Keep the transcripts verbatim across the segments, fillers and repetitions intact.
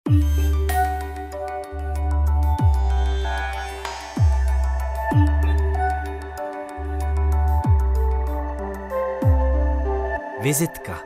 Vizitka.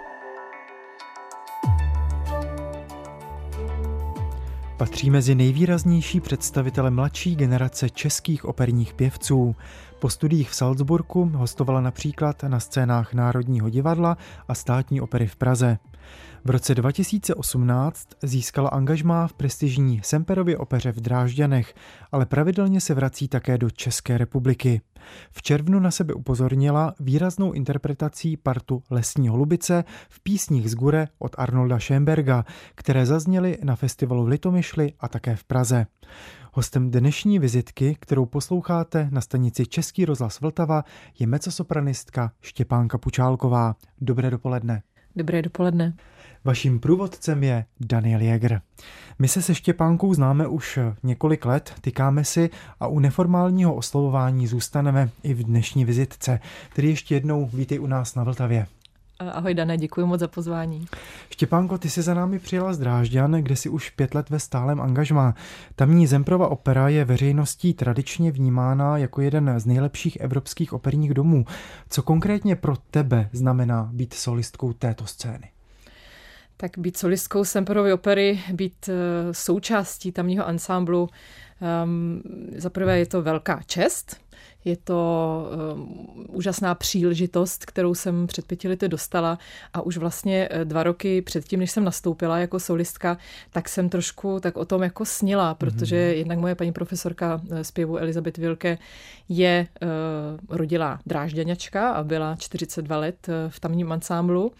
Patří mezi nejvýraznější představitele mladší generace českých operních pěvců. Po studiích v Salzburgu hostovala například na scénách Národního divadla a Státní opery v Praze. V roce dva tisíce osmnáct získala angažmá v prestižní Semperově opeře v Drážďanech, ale pravidelně se vrací také do České republiky. V červnu na sebe upozornila výraznou interpretací partu Lesní holubice v Písních z Gure od Arnolda Schönberga, které zazněly na festivalu v Litomyšli a také v Praze. Hostem dnešní vizitky, kterou posloucháte na stanici Český rozhlas Vltava, je mezzosopranistka Štěpánka Pučálková. Dobré dopoledne. Dobré dopoledne. Vaším průvodcem je Daniel Jäger. My se se Štěpánkou známe už několik let, tykáme si a u neformálního oslovování zůstaneme i v dnešní vizitce. Tedy ještě jednou vítej u nás na Vltavě. Ahoj Dane, děkuji moc za pozvání. Štěpánko, ty jsi za námi přijela z Drážďan, kde jsi už pět let ve stálem angažmá. Tamní Zemprova opera je veřejností tradičně vnímána jako jeden z nejlepších evropských operních domů. Co konkrétně pro tebe znamená být solistkou této scény? Tak být solistkou Semperovy opery, být součástí tamního ansámblu, um, zaprvé je to velká čest. Je to um, úžasná příležitost, kterou jsem před pěti lety dostala a už vlastně dva roky předtím, než jsem nastoupila jako solistka, tak jsem trošku tak o tom jako snila, protože mm-hmm. jednak moje paní profesorka zpěvu Elizabeth Wilke je uh, rodilá Drážďaňačka a byla čtyřicet dva let v tamním ansámblu.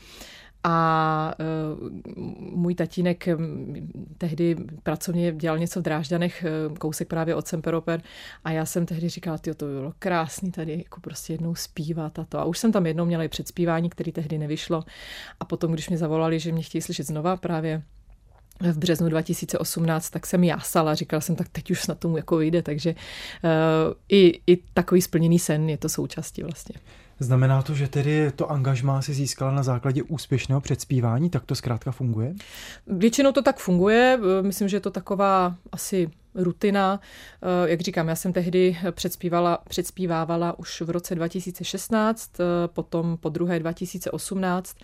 A uh, můj tatínek tehdy pracovně dělal něco v Drážďanech, kousek právě od Semperoper, a já jsem tehdy říkala, tyjo, to by bylo krásný tady jako prostě jednou zpívat a to. A už jsem tam jednou měla i předspívání, který tehdy nevyšlo. A potom, když mě zavolali, že mě chtějí slyšet znova právě v březnu dva tisíce osmnáct, tak jsem jásala, říkala jsem, tak teď už snad tomu jako vyjde, takže uh, i, i takový splněný sen je to součástí vlastně. Znamená to, že tedy to angažmá si získala na základě úspěšného předspívání, tak to zkrátka funguje? Většinou to tak funguje, myslím, že je to taková asi rutina. Jak říkám, já jsem tehdy předspívala, předspívávala už v roce dva tisíce šestnáct, potom po druhé dva tisíce osmnáct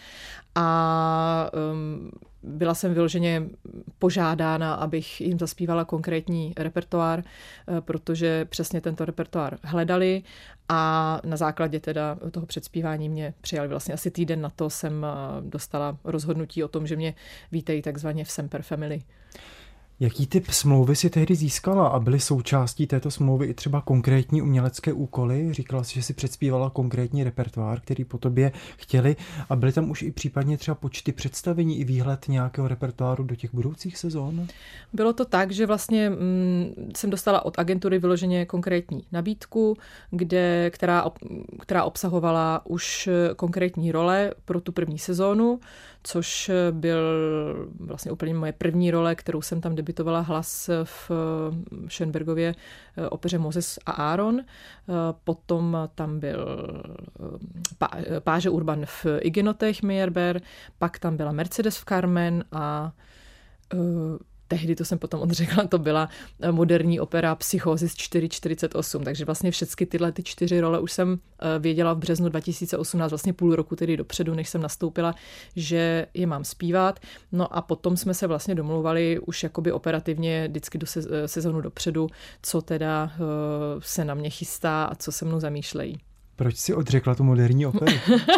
a um, byla jsem vyloženě požádána, abych jim zaspívala konkrétní repertoár, protože přesně tento repertoár hledali a na základě teda toho předspívání mě přijali. Vlastně asi týden na to jsem dostala rozhodnutí o tom, že mě vítají takzvaně v Semper Family. Jaký typ smlouvy si tehdy získala a byly součástí této smlouvy i třeba konkrétní umělecké úkoly? Říkala jsi, že si předspívala konkrétní repertoár, který po tobě chtěli, a byly tam už i případně třeba počty představení i výhled nějakého repertoáru do těch budoucích sezón? Bylo to tak, že vlastně mm, jsem dostala od agentury vyloženě konkrétní nabídku, kde, která, která obsahovala už konkrétní role pro tu první sezónu, což byl vlastně úplně moje první role, kterou jsem tam debitovala hlas v Schönbergově opeře Moses a Áron. Potom tam byl páže Urban v Igenotech Meyerbeer, pak tam byla Mercedes v Carmen a tehdy, to jsem potom odřekla, to byla moderní opera Psychosis čtyři čtyřicet osm, takže vlastně všechny tyhle ty čtyři role už jsem věděla v březnu dva tisíce osmnáct, vlastně půl roku tedy dopředu, než jsem nastoupila, že je mám zpívat. No a potom jsme se vlastně domluvali už jakoby operativně vždycky do sezonu dopředu, co teda se na mě chystá a co se mnou zamýšlejí. Proč si odřekla tu moderní operu?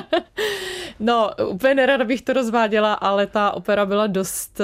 No, úplně nerada bych to rozváděla, ale ta opera byla dost...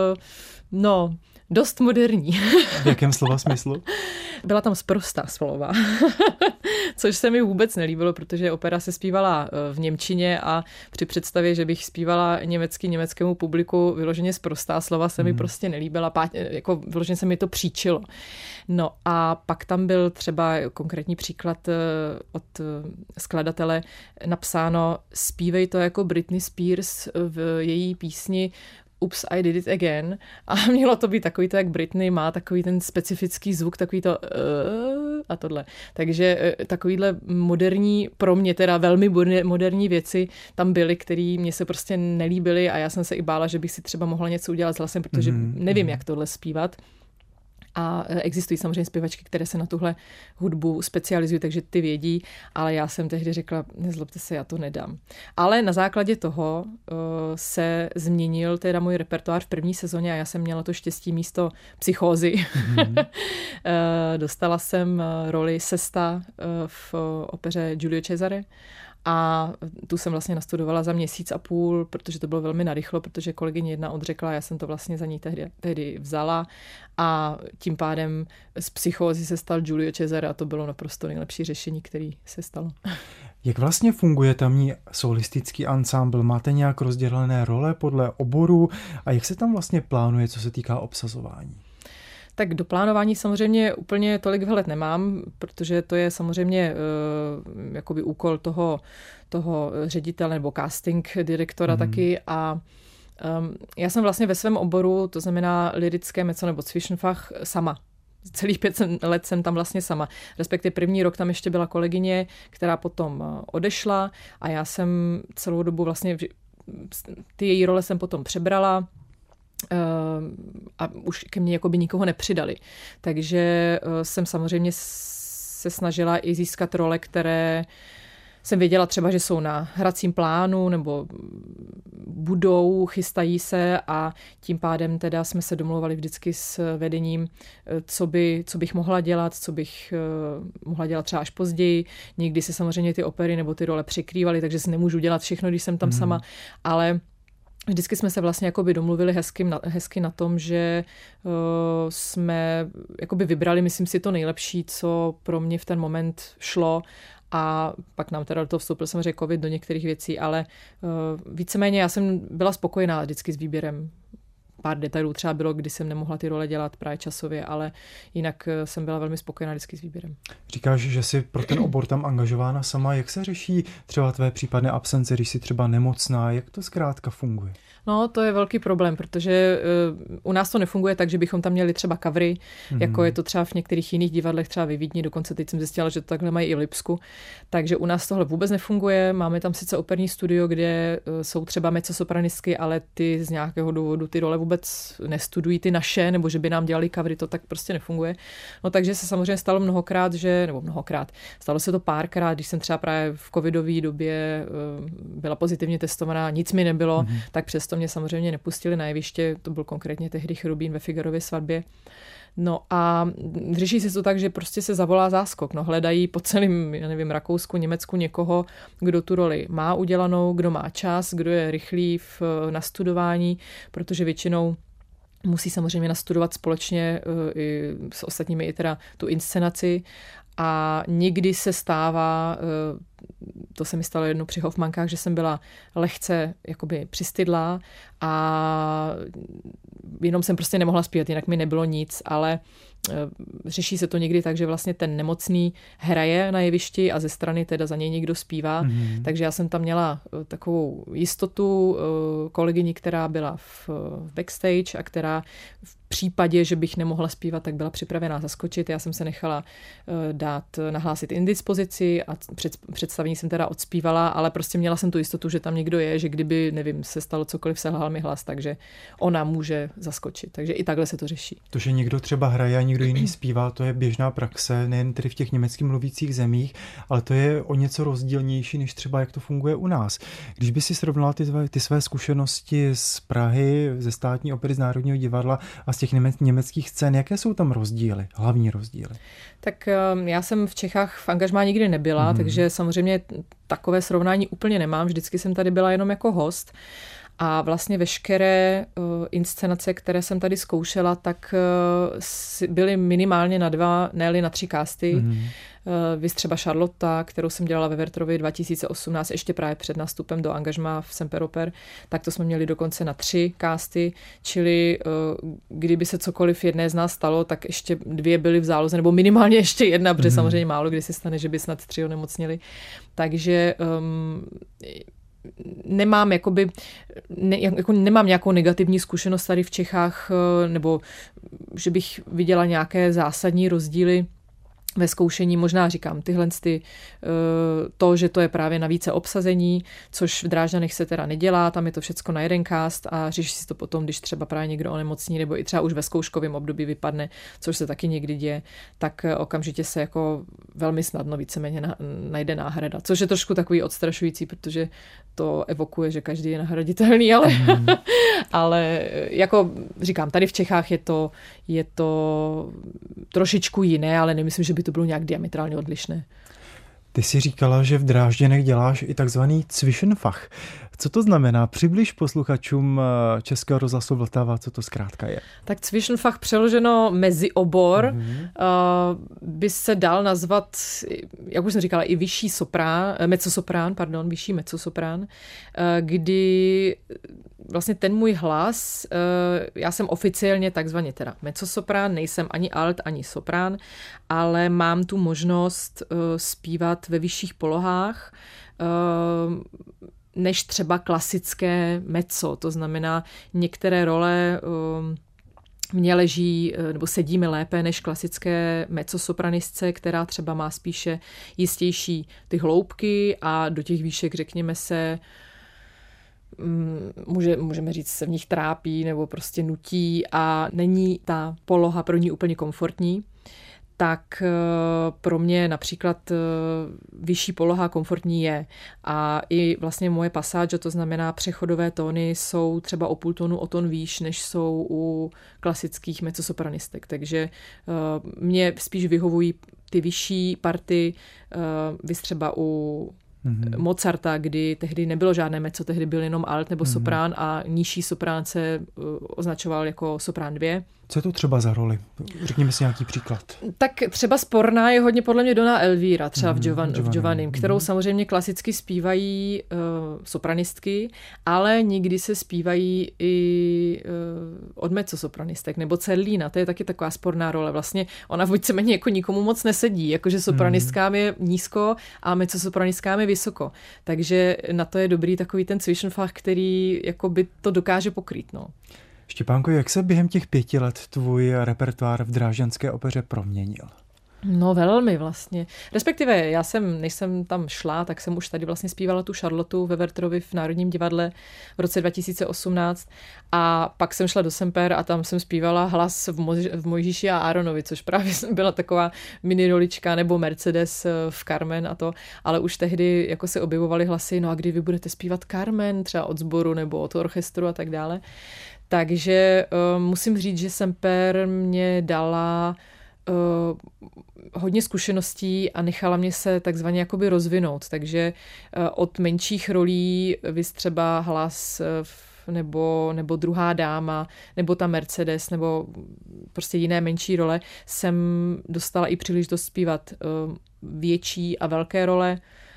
No, dost moderní. V jakém slova smyslu? Byla tam sprostá slova, což se mi vůbec nelíbilo, protože opera se zpívala v němčině a při představě, že bych zpívala německy německému publiku vyloženě sprostá slova, se mi hmm. prostě nelíbila, jako vyloženě se mi to příčilo. No a pak tam byl třeba konkrétní příklad od skladatele napsáno: zpívej to jako Britney Spears v její písni Oops, I did it again. A mělo to být takový to, jak Britney má takový ten specifický zvuk, takový to uh, a tohle. Takže takovýhle moderní, pro mě teda velmi moderní věci tam byly, které mě se prostě nelíbily a já jsem se i bála, že bych si třeba mohla něco udělat s hlasem, protože mm-hmm. nevím, jak tohle zpívat. A existují samozřejmě zpěvačky, které se na tuhle hudbu specializují, takže ty vědí, ale já jsem tehdy řekla, nezlobte se, já to nedám. Ale na základě toho uh, se změnil teda můj repertoár v první sezóně a já jsem měla to štěstí místo psychózy. Mm-hmm. uh, dostala jsem roli Sesta uh, v opeře Giulio Cesare. A tu jsem vlastně nastudovala za měsíc a půl, protože to bylo velmi narychlo, protože kolegyně jedna odřekla, já jsem to vlastně za ní tehdy, tehdy vzala a tím pádem z psychózy se stal Giulio Cesare a to bylo naprosto nejlepší řešení, který se stalo. Jak vlastně funguje tamní solistický ansámbl? Máte nějak rozdělené role podle oboru a jak se tam vlastně plánuje, co se týká obsazování? Tak do plánování samozřejmě úplně tolik vhled nemám, protože to je samozřejmě uh, jakoby úkol toho, toho ředitele nebo casting direktora mm. taky a um, já jsem vlastně ve svém oboru, to znamená lirické mezzo nebo Zwischenfach sama. Celých pět let jsem tam vlastně sama. Respektive první rok tam ještě byla kolegyně, která potom odešla a já jsem celou dobu vlastně, ty její role jsem potom přebrala, a už ke mně jakoby nikoho nepřidali. Takže jsem samozřejmě se snažila i získat role, které jsem věděla třeba, že jsou na hracím plánu nebo budou, chystají se a tím pádem teda jsme se domluvali vždycky s vedením, co, by, co bych mohla dělat, co bych mohla dělat třeba až později. Někdy se samozřejmě ty opery nebo ty role překrývaly, takže si nemůžu dělat všechno, když jsem tam mm. sama, ale vždycky jsme se vlastně jakoby domluvili hezky na, hezky na tom, že uh, jsme jakoby vybrali, myslím si, to nejlepší, co pro mě v ten moment šlo a pak nám teda do toho vstoupil samozřejmě covid do některých věcí, ale uh, víceméně já jsem byla spokojená vždycky s výběrem. Pár detailů třeba bylo, kdy jsem nemohla ty role dělat právě časově, ale jinak jsem byla velmi spokojená vždycky s výběrem. Říkáš, že jsi pro ten obor tam angažována sama. Jak se řeší třeba tvé případné absence, když jsi třeba nemocná? Jak to zkrátka funguje? No, to je velký problém, protože uh, u nás to nefunguje tak, že bychom tam měli třeba covery, mm. jako je to třeba v některých jiných divadlech, třeba ve Vídni, dokonce teď jsem zjistila, že to takhle mají i v Lipsku. Takže u nás tohle vůbec nefunguje. Máme tam sice operní studio, kde uh, jsou třeba mezzosopranistky, ale ty z nějakého důvodu ty role vůbec nestudují ty naše, nebo že by nám dělali covery, to tak prostě nefunguje. No takže se samozřejmě stalo mnohokrát, že, nebo mnohokrát, stalo se to párkrát, když jsem třeba právě v covidové době uh, byla pozitivně testovaná, nic mi nebylo, mm. tak přesto mě samozřejmě nepustili na jeviště, to byl konkrétně tehdy Cherubín ve Figarově svatbě. No a řeší se to tak, že prostě se zavolá záskok. No, hledají po celém, já nevím, Rakousku, Německu někoho, kdo tu roli má udělanou, kdo má čas, kdo je rychlý v nastudování, protože většinou musí samozřejmě nastudovat společně i s ostatními i teda tu inscenaci. A někdy se stává, to se mi stalo jednou při Hofmankách, že jsem byla lehce jakoby přistydlá a jenom jsem prostě nemohla zpívat, jinak mi nebylo nic, ale řeší se to někdy tak, že vlastně ten nemocný hraje na jevišti a ze strany teda za něj někdo zpívá. Mm-hmm. Takže já jsem tam měla takovou jistotu, kolegyni, která byla v, v backstage a která v případě, že bych nemohla zpívat, tak byla připravená zaskočit. Já jsem se nechala dát nahlásit indispozici a před, představení jsem teda odspívala, ale prostě měla jsem tu jistotu, že tam někdo je, že kdyby, nevím, se stalo cokoliv, selhal mi hlas, takže ona může zaskočit. Takže i takhle se to řeší. To, že někdo třeba hraje a někdo jiný zpívá, to je běžná praxe, nejen tedy v těch německy mluvících zemích, ale to je o něco rozdílnější, než třeba jak to funguje u nás. Když by si srovnala ty, ty své zkušenosti z Prahy, ze Státní opery, z Národního divadla a z těch německých scén, jaké jsou tam rozdíly, hlavní rozdíly? Tak já jsem v Čechách v angažmá nikdy nebyla, mm. takže samozřejmě takové srovnání úplně nemám. Vždycky jsem tady byla jenom jako host. A vlastně veškeré uh, inscenace, které jsem tady zkoušela, tak uh, byly minimálně na dva, ne-li na tři casty. Mm. Uh, vys třeba Charlotta, kterou jsem dělala ve Wertherovi dva tisíce osmnáct, ještě právě před nástupem do angažmá v Semperoper, tak to jsme měli dokonce na tři casty, čili uh, kdyby se cokoliv jedné z nás stalo, tak ještě dvě byly v záloze, nebo minimálně ještě jedna, protože mm. samozřejmě málo kdy se stane, že by snad tři onemocněli. Takže um, nemám jakoby, ne, jako nemám nějakou negativní zkušenost tady v Čechách, nebo že bych viděla nějaké zásadní rozdíly ve zkoušení možná říkám tyhle ty, to, že to je právě na více obsazení, což v Drážďanech se teda nedělá, tam je to všecko na jeden cast a řeší si to potom, když třeba právě někdo onemocní nebo i třeba už ve zkouškovém období vypadne, což se taky někdy děje, tak okamžitě se jako velmi snadno víceméně najde náhrada, což je trošku takový odstrašující, protože to evokuje, že každý je nahraditelný, ale, mm. ale jako říkám, tady v Čechách je to, je to trošičku jiné, ale nemyslím, že by to bylo nějak diametrálně odlišné. Ty jsi říkala, že v Drážděnech děláš i takzvaný Zwischenfach. Co to znamená? Přibliž posluchačům Českého rozhlasu Vltava, co to zkrátka je. Tak Zwischenfach přeloženo meziobor mm-hmm. by se dal nazvat, jak už jsem říkala, i vyšší soprán, mezzosoprán, pardon, vyšší mezzosoprán, kdy vlastně ten můj hlas, já jsem oficiálně takzvaně teda mezzosoprán, nejsem ani alt, ani soprán, ale mám tu možnost zpívat ve vyšších polohách, než třeba klasické mezzo. To znamená, některé role mně leží nebo sedí mi lépe než klasické mezzosopranistce, která třeba má spíše jistější ty hloubky a do těch výšek, řekněme se, Může, můžeme říct, se v nich trápí nebo prostě nutí a není ta poloha pro ní úplně komfortní, tak pro mě například vyšší poloha komfortní je. A i vlastně moje pasáže, to znamená přechodové tóny, jsou třeba o půl tónu o tón výš, než jsou u klasických mezzosopranistek. Takže mě spíš vyhovují ty vyšší party, vys třeba u Mm-hmm. Mozarta, kdy tehdy nebylo žádné mezzo, tehdy byl jenom alt nebo mm-hmm. soprán a nižší soprán se označoval jako soprán dvě. Co je to třeba za roli? Řekněme si nějaký příklad. Tak třeba sporná je hodně podle mě Dona Elvíra, třeba mm-hmm. v, Giovan, v Giovannim, kterou mm-hmm. samozřejmě klasicky zpívají uh, sopranistky, ale někdy se zpívají i uh, od mezzosopranistek, nebo Cerlína, to je taky taková sporná role. Vlastně ona víceméně jako nikomu moc nesedí, jakože sopranistkám je nízko a mezzosopranistkám je vysoko. Takže na to je dobrý takový ten Zwischenfach, který jako by to dokáže pokrýt. No. Štěpánko, jak se během těch pěti let tvůj repertoár v Drážďanské opeře proměnil? No velmi vlastně. Respektive já jsem, než jsem tam šla, tak jsem už tady vlastně zpívala tu Charlotu ve Wertherovi v Národním divadle v roce dva tisíce osmnáct a pak jsem šla do Semper a tam jsem zpívala hlas v, Mož- v Mojžíši a Áronovi, což právě byla taková mini rolička nebo Mercedes v Carmen a to, ale už tehdy jako se objevovaly hlasy, no a kdy vy budete zpívat Carmen, třeba od sboru nebo od orchestru a tak dále. Takže uh, musím říct, že Semper mě dala uh, hodně zkušeností a nechala mě se takzvaně jakoby rozvinout. Takže uh, od menších rolí, vys třeba hlas uh, nebo, nebo druhá dáma, nebo ta Mercedes, nebo prostě jiné menší role, jsem dostala i příležitost zpívat uh, větší a velké role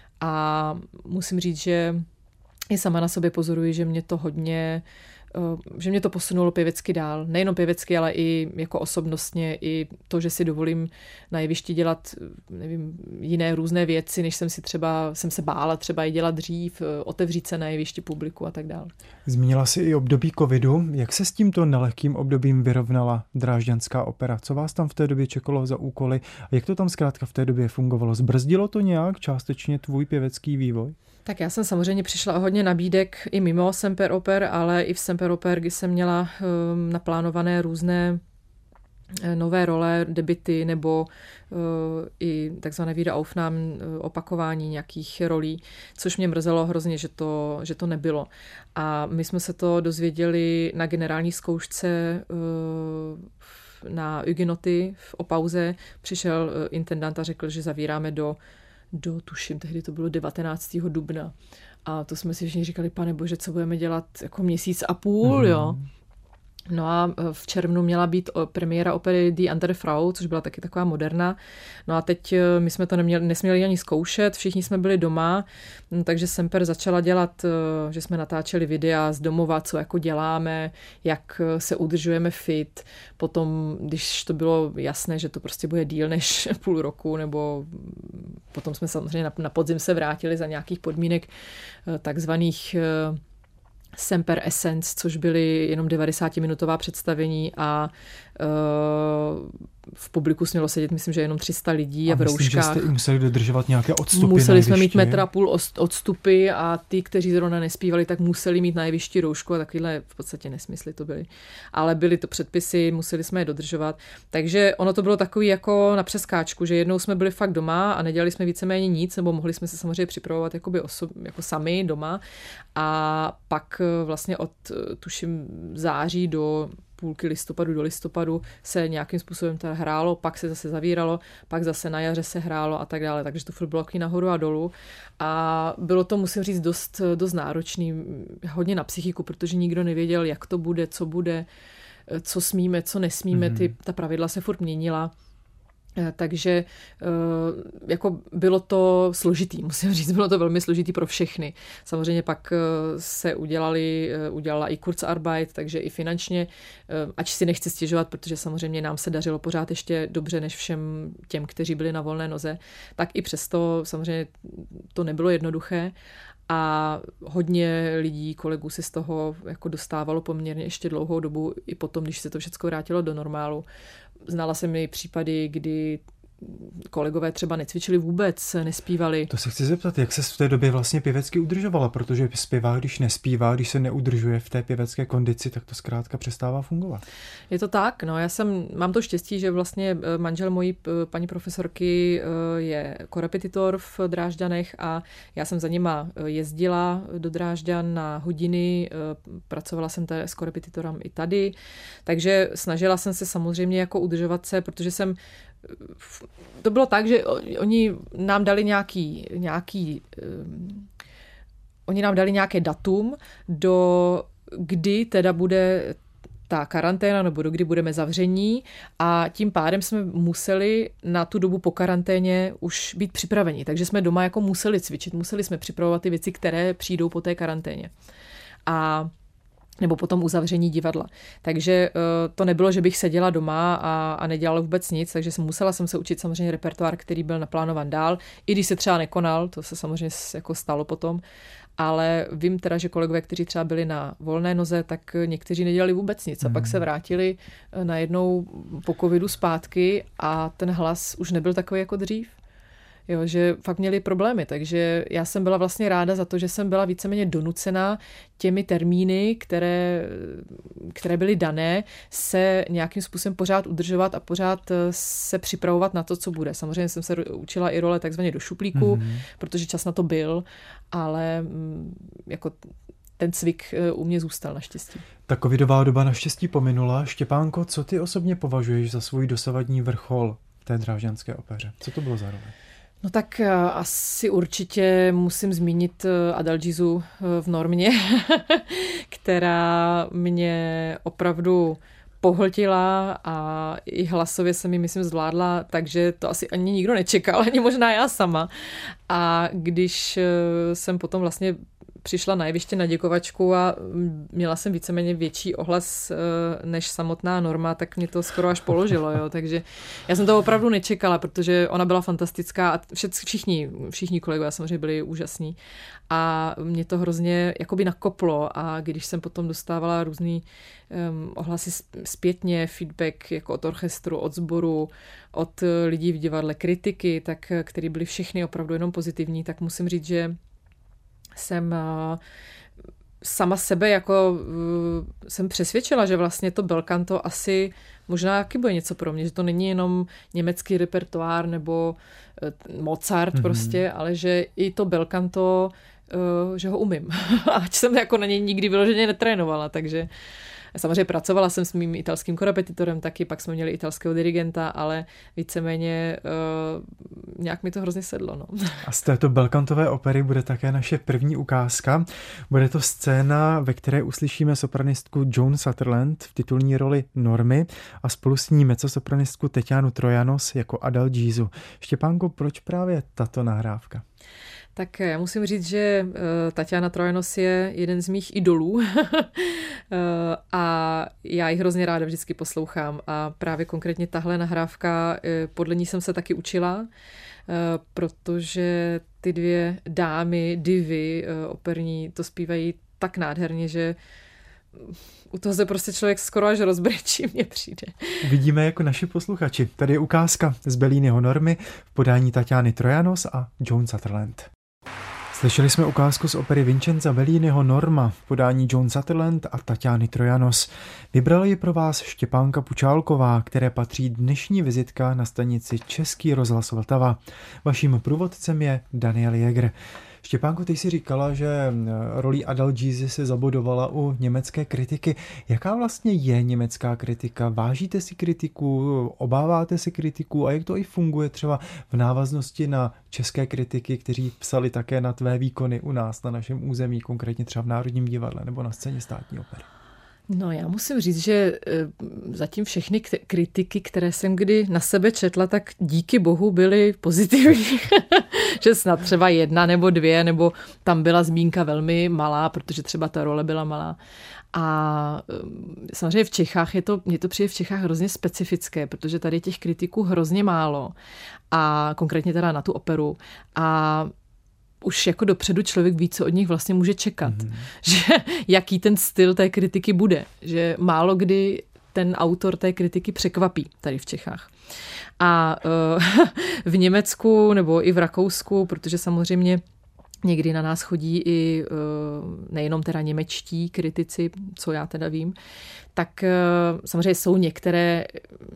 a musím říct, že i sama na sobě pozoruji, že mě to hodně že mě to posunulo pěvecky dál. Nejenom pěvecky, ale i jako osobnostně, i to, že si dovolím na jevišti dělat, nevím, jiné různé věci, než jsem si třeba, jsem se bála třeba i dělat dřív, otevřít se na jevišti publiku a tak dále. Zmínila jsi i období covidu. Jak se s tímto nelehkým obdobím vyrovnala Drážďanská opera? Co vás tam v té době čekalo za úkoly? A jak to tam zkrátka v té době fungovalo? Zbrzdilo to nějak částečně tvůj pěvecký vývoj? Tak já jsem samozřejmě přišla o hodně nabídek i mimo Semper Oper, ale i v Semper Oper, kdy jsem měla um, naplánované různé nové role, debuty nebo uh, i takzvané Wiederaufnahmen, uh, opakování nějakých rolí, což mě mrzelo hrozně, že to, že to nebylo. A my jsme se to dozvěděli na generální zkoušce uh, na Hugenoty o pauze. Přišel uh, intendant a řekl, že zavíráme do do, tuším, tehdy to bylo devatenáctého dubna. A to jsme si všichni říkali, pane bože, co budeme dělat jako měsíc a půl, mm. jo. No a v červnu měla být premiéra opery Die andere Frau, což byla taky taková moderna. No a teď my jsme to neměli, nesměli ani zkoušet, všichni jsme byli doma, takže Semper začala dělat, že jsme natáčeli videa z domova, co jako děláme, jak se udržujeme fit. Potom, když to bylo jasné, že to prostě bude díl než půl roku, nebo potom jsme samozřejmě na, na podzim se vrátili za nějakých podmínek takzvaných Semper Essence, což byly jenom devadesátiminútová představení a uh, v publiku smělo sedět, myslím, že jenom tři sta lidí a, a v myslím, rouškách. Že jste museli dodržovat nějaké odstupy. Museli jsme mít metra půl odstupy a ty, kteří zrovna nespívali, tak museli mít na jevišti roušku a takovýhle v podstatě nesmysly to byly. Ale byly to předpisy, museli jsme je dodržovat. Takže ono to bylo takový jako na přeskáčku, že jednou jsme byli fakt doma a nedělali jsme víceméně nic, nebo mohli jsme se samozřejmě připravovat jakoby osob, jako sami doma. A pak vlastně od tuším září do půlky listopadu do listopadu se nějakým způsobem teda hrálo, pak se zase zavíralo, pak zase na jaře se hrálo a tak dále, takže to furt bylo taky nahoru a dolů a bylo to, musím říct, dost, dost náročný, hodně na psychiku, protože nikdo nevěděl, jak to bude, co bude, co smíme, co nesmíme, mm-hmm. ty, ta pravidla se furt měnila. Takže jako bylo to složitý, musím říct, bylo to velmi složitý pro všechny. Samozřejmě pak se udělali, udělala i Kurzarbeit, takže i finančně, ač si nechci stěžovat, protože samozřejmě nám se dařilo pořád ještě dobře než všem těm, kteří byli na volné noze, tak i přesto samozřejmě to nebylo jednoduché. A hodně lidí, kolegů si z toho jako dostávalo poměrně ještě dlouhou dobu, i potom, když se to všechno vrátilo do normálu. Znala jsem i případy, kdy kolegové třeba necvičili vůbec, nespívali. To se chci zeptat, jak se v té době vlastně pěvecky udržovala, protože zpěvák, když nespívá, když se neudržuje v té pěvecké kondici, tak to zkrátka přestává fungovat. Je to tak, no já jsem, mám to štěstí, že vlastně manžel mojí paní profesorky je korepetitor v Drážďanech a já jsem za nima jezdila do Drážďan na hodiny, pracovala jsem tady s korepetitorem i tady, takže snažila jsem se samozřejmě jako udržovat se, protože jsem to bylo tak, že oni nám dali nějaký, nějaký um, oni nám dali nějaké datum, do kdy teda bude ta karanténa, nebo do kdy budeme zavření a tím pádem jsme museli na tu dobu po karanténě už být připraveni. Takže jsme doma jako museli cvičit, museli jsme připravovat ty věci, které přijdou po té karanténě. A nebo potom uzavření divadla. Takže to nebylo, že bych seděla doma a, a nedělala vůbec nic, takže jsem musela jsem se učit samozřejmě repertoár, který byl naplánovan dál, i když se třeba nekonal, to se samozřejmě jako stalo potom, ale vím teda, že kolegové, kteří třeba byli na volné noze, tak někteří nedělali vůbec nic a pak se vrátili najednou po covidu zpátky a ten hlas už nebyl takový jako dřív. Jo, že fakt měli problémy, takže já jsem byla vlastně ráda za to, že jsem byla víceméně donucená těmi termíny, které, které byly dané, se nějakým způsobem pořád udržovat a pořád se připravovat na to, co bude. Samozřejmě jsem se učila i role takzvaně do šuplíku, mm-hmm. protože čas na to byl, ale jako ten cvik u mě zůstal naštěstí. Ta covidová doba naštěstí pominula. Štěpánko, co ty osobně považuješ za svůj dosavadní vrchol v té Drážďanské opeře? Co to bylo za role? No tak asi určitě musím zmínit Adalgisu v Normě, která mě opravdu pohltila a i hlasově se mi, myslím, zvládla, takže to asi ani nikdo nečekal, ani možná já sama. A když jsem potom vlastně přišla na jeviště na děkovačku a měla jsem víceméně větší ohlas než samotná Norma, tak mě to skoro až položilo, jo. Takže já jsem to opravdu nečekala, protože ona byla fantastická a všichni, všichni kolegové samozřejmě byli úžasní a mě to hrozně jakoby nakoplo a když jsem potom dostávala různý um, ohlasy zpětně, feedback jako od orchestru, od sboru, od lidí v divadle, kritiky, tak který byly všechny opravdu jenom pozitivní, tak musím říct, že jsem sama sebe jako jsem přesvědčila, že vlastně to belcanto asi možná taky bude něco pro mě, že to není jenom německý repertoár nebo Mozart mm-hmm. prostě, ale že i to belcanto, že ho umím. Ač jsem jako na něj nikdy vyloženě netrénovala, takže samozřejmě pracovala jsem s mým italským korepetitorem taky, pak jsme měli italského dirigenta, ale víceméně uh, nějak mi to hrozně sedlo. No. A z této belcantové opery bude také naše první ukázka. Bude to scéna, ve které uslyšíme sopranistku Joan Sutherland v titulní roli Normy a spolu s ní mezzosopranistku Tetianu Trojanos jako Adalgisu. Štěpánko, proč právě tato nahrávka? Tak já musím říct, že Tatiana Trojanos je jeden z mých idolů a já ji hrozně ráda vždycky poslouchám a právě konkrétně tahle nahrávka, podle ní jsem se taky učila, protože ty dvě dámy, divy operní, to zpívají tak nádherně, že u toho se prostě člověk skoro až rozbrečí, mně přijde. Vidíme jako naši posluchači. Tady je ukázka z Belliniho Normy v podání Tatiany Trojanos a Joan Sutherland. Slyšeli jsme ukázku z opery Vincenza Belliniho Norma v podání Joan Sutherland a Tatiany Trojanos. Vybrala ji pro vás Štěpánka Pučálková, které patří dnešní vizitka na stanici Český rozhlas Vltava. Vaším průvodcem je Daniel Jäger. Štěpánko, ty jsi říkala, že roli Adalgise se zabodovala u německé kritiky. Jaká vlastně je německá kritika? Vážíte si kritiku? Obáváte se kritiku? A jak to i funguje třeba v návaznosti na české kritiky, kteří psali také na tvé výkony u nás, na našem území, konkrétně třeba v Národním divadle nebo na scéně Státní opery? No, já musím říct, že zatím všechny kritiky, které jsem kdy na sebe četla, tak díky bohu byly pozitivní. Že snad třeba jedna nebo dvě, nebo tam byla zmínka velmi malá, protože třeba ta role byla malá. A samozřejmě v Čechách je to, mě to přijde v Čechách hrozně specifické, protože tady je těch kritiků hrozně málo. A konkrétně teda na tu operu. A už jako dopředu člověk ví, co od nich vlastně může čekat. Mm. Že jaký ten styl té kritiky bude. Že málo kdy ten autor té kritiky překvapí tady v Čechách. A uh, v Německu nebo i v Rakousku, protože samozřejmě někdy na nás chodí i uh, nejenom teda němečtí kritici, co já teda vím, tak uh, samozřejmě jsou některé,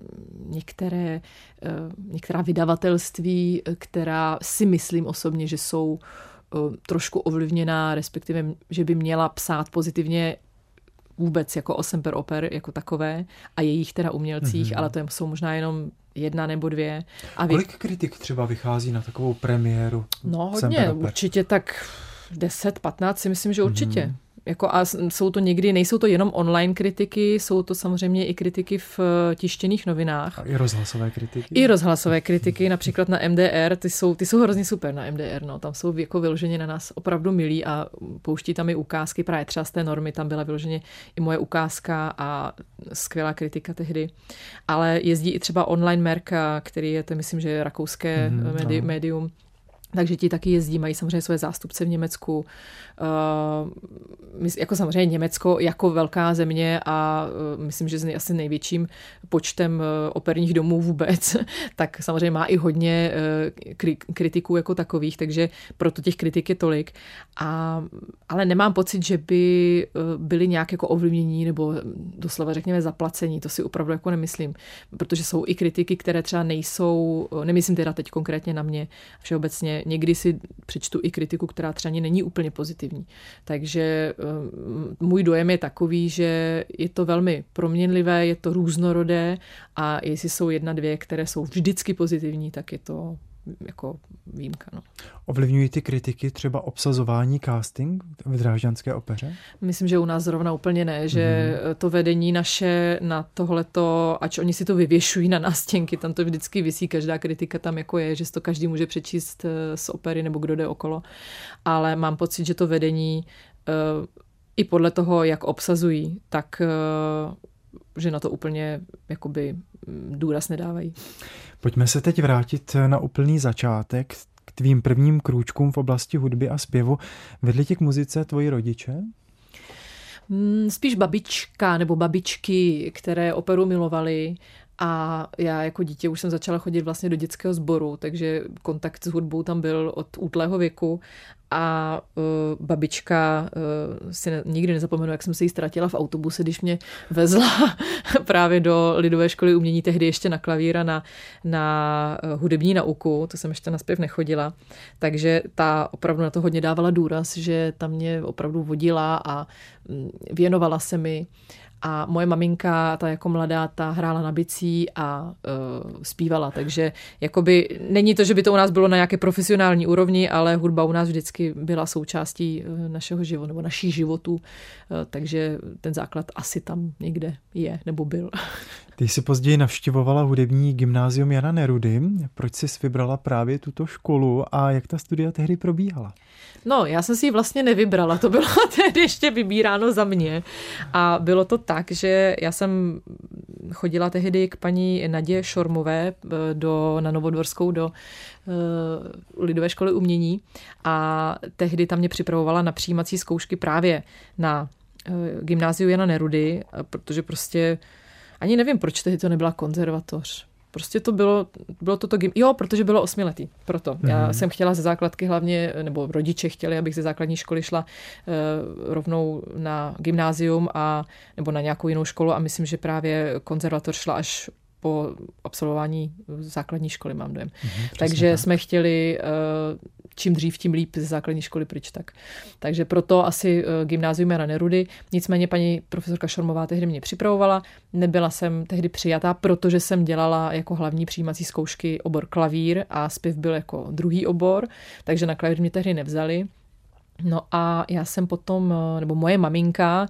některé, uh, některá vydavatelství, která si myslím osobně, že jsou uh, trošku ovlivněná, respektive, že by měla psát pozitivně vůbec jako o semper oper jako takové a jejich teda umělcích, mm-hmm. ale to jsou možná jenom jedna nebo dvě. A vy... Kolik kritik třeba vychází na takovou premiéru? No hodně, určitě tak deset patnáct si myslím, že určitě. Mm-hmm. Jako a jsou to někdy, nejsou to jenom online kritiky, jsou to samozřejmě i kritiky v tištěných novinách. A i rozhlasové kritiky. I rozhlasové kritiky, například na M D R, ty jsou, ty jsou hrozně super na M D R, no. Tam jsou jako vyloženě na nás opravdu milí a pouští tam i ukázky, právě třeba z té Normy, tam byla vyloženě i moje ukázka a skvělá kritika tehdy. Ale jezdí i třeba online Merka, který je, to myslím, že je rakouské mm, médi- no. médium. Takže ti taky jezdí, mají samozřejmě své zástupce v Německu. Uh, jako samozřejmě Německo jako velká země a uh, myslím, že s asi největším počtem uh, operních domů vůbec, tak samozřejmě má i hodně uh, kri- kritiků jako takových, takže proto těch kritik je tolik. A, ale nemám pocit, že by uh, byli nějak jako ovlivnění nebo doslova řekněme zaplacení, to si opravdu jako nemyslím, protože jsou i kritiky, které třeba nejsou, nemyslím teda teď konkrétně na mě, všeobecně někdy si přečtu i kritiku, která třeba není úplně pozitivní. Takže můj dojem je takový, že je to velmi proměnlivé, je to různorodé a jestli jsou jedna, dvě, které jsou vždycky pozitivní, tak je to jako výjimka. No. Ovlivňují ty kritiky třeba obsazování casting v Drážďanské opeře? Myslím, že u nás zrovna úplně ne, že mm. to vedení naše na tohleto, ač oni si to vyvěšují na nástěnky, tam to vždycky visí, každá kritika tam jako je, že si to každý může přečíst z opery nebo kdo jde okolo, ale mám pocit, že to vedení i podle toho, jak obsazují, tak že na to úplně jakoby důraz nedávají. Pojďme se teď vrátit na úplný začátek k tvým prvním krůčkům v oblasti hudby a zpěvu. Vedli tě k muzice tvoji rodiče? Spíš babička nebo babičky, které operu milovali. A já jako dítě už jsem začala chodit vlastně do dětského sboru, takže kontakt s hudbou tam byl od útlého věku. A uh, babička, uh, si ne, nikdy nezapomenu, jak jsem se jí ztratila v autobuse, když mě vezla právě do Lidové školy umění, tehdy ještě na klavíra, na, na uh, hudební nauku, to jsem ještě na zpěv nechodila, takže ta opravdu na to hodně dávala důraz, že ta mě opravdu vodila a um, věnovala se mi. A moje maminka, ta jako mladá, ta hrála na bicí a uh, zpívala, takže jakoby není to, že by to u nás bylo na nějaké profesionální úrovni, ale hudba u nás vždycky byla součástí uh, našeho života, nebo našich životů, uh, takže ten základ asi tam někde je, nebo byl. Ty jsi později navštěvovala hudební gymnázium Jana Nerudy. Proč jsi vybrala právě tuto školu a jak ta studia tehdy probíhala? No, já jsem si ji vlastně nevybrala, to bylo tehdy ještě vybíráno za mě. A bylo to tak, že já jsem chodila tehdy k paní Nadě Šormové do, na Novodvorskou do uh, Lidové školy umění a tehdy tam mě připravovala na přijímací zkoušky právě na gymnáziu Jana Nerudy, protože prostě ani nevím, proč tehdy to nebyla konzervatoř. Prostě to bylo, bylo toto gym... Jo, protože bylo osmiletý, proto. Mm-hmm. Já jsem chtěla ze základky hlavně, nebo rodiče chtěli, abych ze základní školy šla uh, rovnou na gymnázium a, nebo na nějakou jinou školu a myslím, že právě konzervatoř šla až po absolvování základní školy, mám dojem. Mm-hmm, Takže tak. jsme chtěli uh, čím dřív, tím líp ze základní školy pryč. Tak. Takže proto asi uh, gymnázium Jana Nerudy. Nicméně paní profesorka Šormová tehdy mě připravovala. Nebyla jsem tehdy přijatá, protože jsem dělala jako hlavní přijímací zkoušky obor klavír a zpěv byl jako druhý obor, takže na klavír mě tehdy nevzali. No a já jsem potom, nebo moje maminka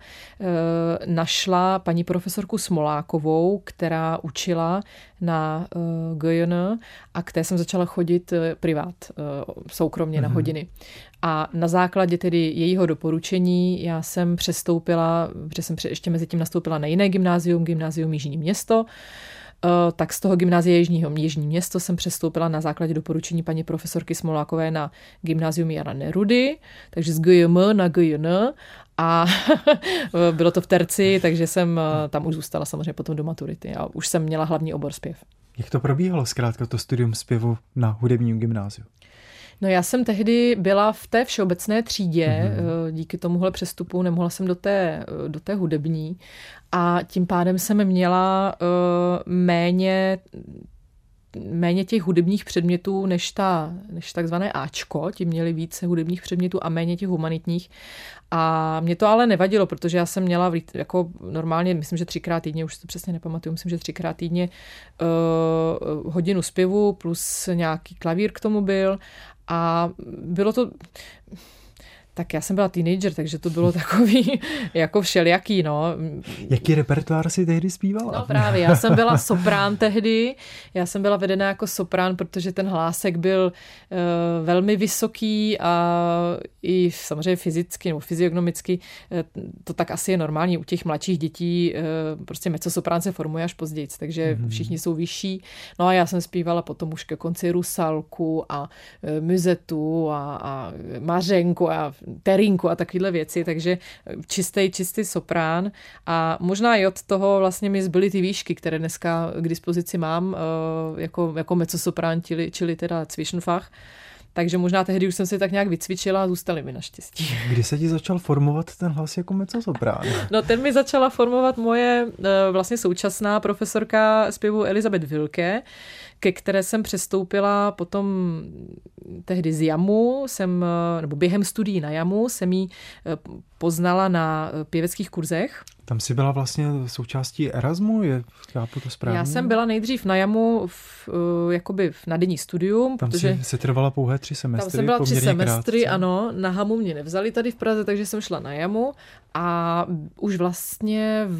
našla paní profesorku Smolákovou, která učila na G J N a k té jsem začala chodit privát, soukromně na hodiny. A na základě tedy jejího doporučení já jsem přestoupila, protože jsem ještě mezi tím nastoupila na jiné gymnázium, gymnázium Jižní Město, tak z toho gymnázia Jižního Jižní Město jsem přestoupila na základě doporučení paní profesorky Smolákové na gymnázium Jana Nerudy, takže z G J M na G J N a bylo to v terci, takže jsem tam už zůstala samozřejmě potom do maturity a už jsem měla hlavní obor zpěv. Jak to probíhalo zkrátka to studium zpěvu na hudebním gymnáziu? No já jsem tehdy byla v té všeobecné třídě, mm-hmm. díky tomuhle přestupu nemohla jsem do té, do té hudební a tím pádem jsem měla uh, méně, méně těch hudebních předmětů než, ta, než takzvané Ačko, ti měli více hudebních předmětů a méně těch humanitních. A mě to ale nevadilo, protože já jsem měla jako normálně, myslím, že třikrát týdně, už to přesně nepamatuju, myslím, že třikrát týdně uh, hodinu zpěvu plus nějaký klavír k tomu byl. A bylo to... Tak já jsem byla teenager, takže to bylo takový jako všelijaký, no. Jaký repertoár si tehdy zpívala? No právě, já jsem byla soprán tehdy, já jsem byla vedena jako soprán, protože ten hlásek byl uh, velmi vysoký a i samozřejmě fyzicky nebo fyziognomicky uh, to tak asi je normální u těch mladších dětí, uh, prostě mezzosoprán se formuje až později, takže mm-hmm. všichni jsou vyšší. No a já jsem zpívala potom už ke konci Rusalku a uh, Muzetu a, a Mařenku a terinku a takovéhle věci, takže čistý, čistý soprán a možná i od toho vlastně mi zbyly ty výšky, které dneska k dispozici mám jako, jako mezzosoprán, čili, čili teda Zwischenfach. Takže možná tehdy už jsem si tak nějak vycvičila a zůstaly mi naštěstí. Kdy se ti začal formovat ten hlas jako mezzosoprán? No ten mi začala formovat moje vlastně současná profesorka zpěvu Elizabeth Wilke, ke které jsem přestoupila potom tehdy z Jamu, jsem, nebo během studií na Jamu jsem ji poznala na pěveckých kurzech. Tam jsi byla vlastně součástí Erasmu, je, chápu to správně? Já jsem byla nejdřív na Jamu v, jakoby na denní studium. Tam protože si, si trvala pouhé tři semestry. Tam jsem byla tři semestry, krátce. Ano. Na Hamu mě nevzali tady v Praze, takže jsem šla na Jamu a už vlastně v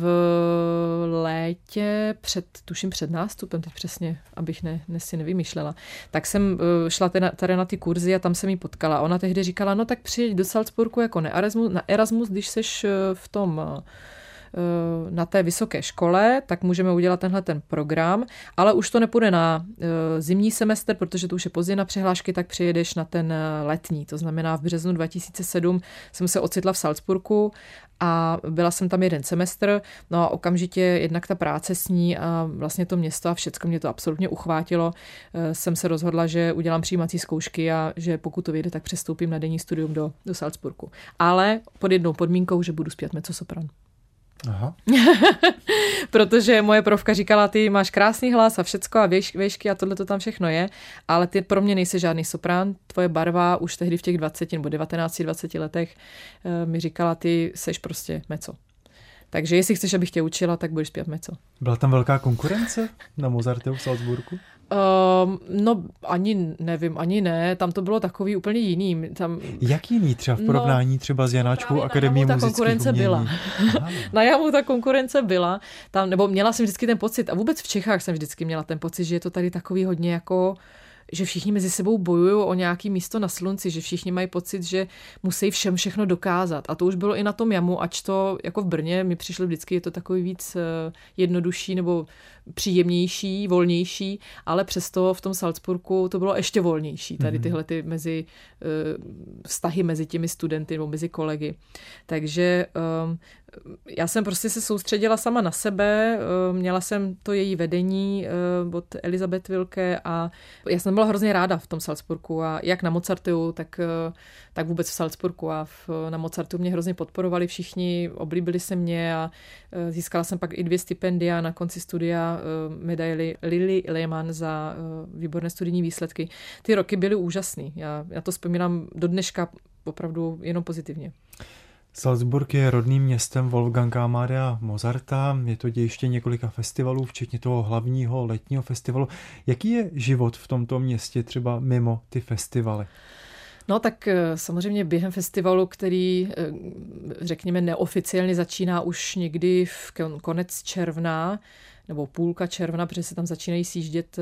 létě před, tuším před nástupem, teď přesně, abych ne, ne si nevymýšlela, tak jsem šla tady na ty kurzy a tam jsem ji potkala. Ona tehdy říkala, no tak přijeď do Salzburgu jako na Erasmus, na Erasmus, když seš v tom na té vysoké škole, tak můžeme udělat tenhle ten program, ale už to nepůjde na zimní semestr, protože to už je pozdě na přihlášky, tak přijedeš na ten letní. To znamená v březnu dva tisíce sedm jsem se ocitla v Salzburgu a byla jsem tam jeden semestr, no a okamžitě jednak ta práce s ní a vlastně to město a všecko mě to absolutně uchvátilo. Jsem se rozhodla, že udělám přijímací zkoušky a že pokud to vyjde, tak přestoupím na denní studium do, do Salzburgu. Ale pod jednou podmínkou, že budu zpívat mezzosopran. Aha. Protože moje profka říkala, ty máš krásný hlas a všecko a věš, věšky a tohle to tam všechno je, ale ty pro mě nejsi žádný soprán, tvoje barva už tehdy v těch dvaceti nebo devatenácti dvaceti letech mi říkala, ty seš prostě mezzo. Takže jestli chceš, abych tě učila, tak budeš zpívat mezzo. Byla tam velká konkurence na Mozarteu v Salzburgu? Um, no ani nevím, ani ne, tam to bylo takový úplně jiný. Tam... Jak jiný třeba v porovnání no, třeba s Janáčkou Akademií muzických umění? Byla. Na Jamu ta konkurence byla, tam, nebo měla jsem vždycky ten pocit, a vůbec v Čechách jsem vždycky měla ten pocit, že je to tady takový hodně jako že všichni mezi sebou bojují o nějaký místo na slunci, že všichni mají pocit, že musí všem všechno dokázat. A to už bylo i na tom jamu, ač to jako v Brně mi přišlo vždycky, je to takový víc jednodušší nebo příjemnější, volnější, ale přesto v tom Salzburgu to bylo ještě volnější, tady tyhle ty mezi, vztahy mezi těmi studenty nebo mezi kolegy. Takže já jsem prostě se soustředila sama na sebe, měla jsem to její vedení od Elizabeth Wilke a já jsem byla hrozně ráda v tom Salzburgu a jak na Mozartu, tak, tak vůbec v Salzburgu a v, na Mozartu mě hrozně podporovali všichni, oblíbili se mě a získala jsem pak i dvě stipendia na konci studia, medaili Lily Lehmann za výborné studijní výsledky. Ty roky byly úžasný, já, já to vzpomínám do dneška opravdu jenom pozitivně. Salzburg je rodným městem Wolfganga Amadea Mozarta, je to dějiště několika festivalů, včetně toho hlavního letního festivalu. Jaký je život v tomto městě třeba mimo ty festivaly? No tak samozřejmě během festivalu, který řekněme neoficiálně začíná už někdy v konec června, nebo půlka června, protože se tam začínají sjíždět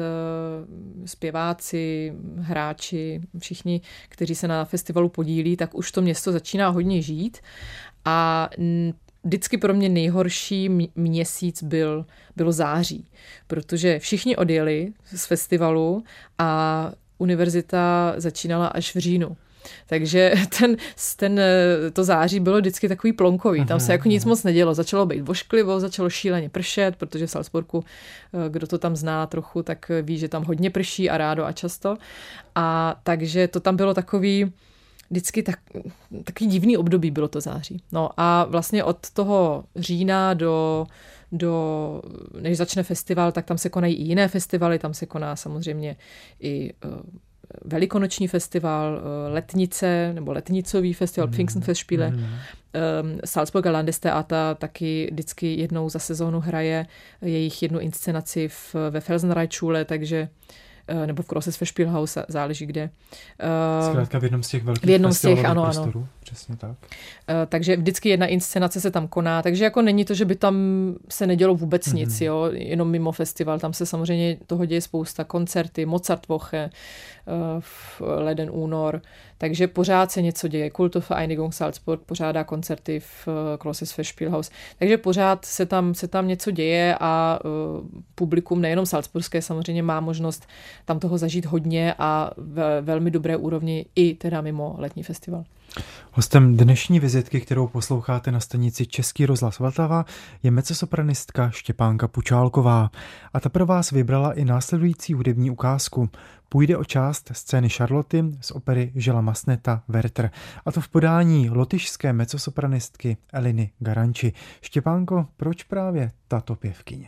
zpěváci, hráči, všichni, kteří se na festivalu podílí, tak už to město začíná hodně žít. A vždycky pro mě nejhorší měsíc byl, bylo září, protože všichni odjeli z festivalu a univerzita začínala až v říjnu. Takže ten, ten, to září bylo vždycky takový plonkový. Tam se jako nic moc nedělo. Začalo být vošklivo, začalo šíleně pršet, protože v Salzburgu, kdo to tam zná trochu, tak ví, že tam hodně prší a rádo a často. A takže to tam bylo takový vždycky tak, takový divný období bylo to září. No a vlastně od toho října do do, než začne festival, tak tam se konají i jiné festivaly, tam se koná samozřejmě i velikonoční festival, letnice, nebo letnicový festival, mm. Pfingstenfestspiele. Mm. Salzburger Landestheater taky vždycky jednou za sezónu hraje jejich jednu inscenaci v, ve Felsenreitschule, takže nebo v Grosses Festspielhaus, záleží kde. Zkrátka v jednom z těch velkých v jednom z těch, ano, prostorů. Ano. Přesně tak. Takže vždycky jedna inscenace se tam koná, takže jako není to, že by tam se nedělo vůbec mm-hmm. nic, jo, jenom mimo festival, tam se samozřejmě toho děje spousta, koncerty, Mozartwoche, v leden, únor, takže pořád se něco děje. Kulturvereinigung Salzburg pořádá koncerty v Grosses Festspielhaus, takže pořád se tam, se tam něco děje a uh, publikum nejenom salzburské samozřejmě má možnost tam toho zažít hodně a ve velmi dobré úrovni i teda mimo letní festival. Hostem dnešní vizitky, kterou posloucháte na stanici Český rozhlas Vltava, je mezzosopranistka Štěpánka Pučálková. A ta pro vás vybrala i následující hudební ukázku. Půjde o část scény Charloty z opery Žila Masneta Werther. A to v podání lotyšské mezzosopranistky Eliny Garanči. Štěpánko, proč právě tato pěvkyně?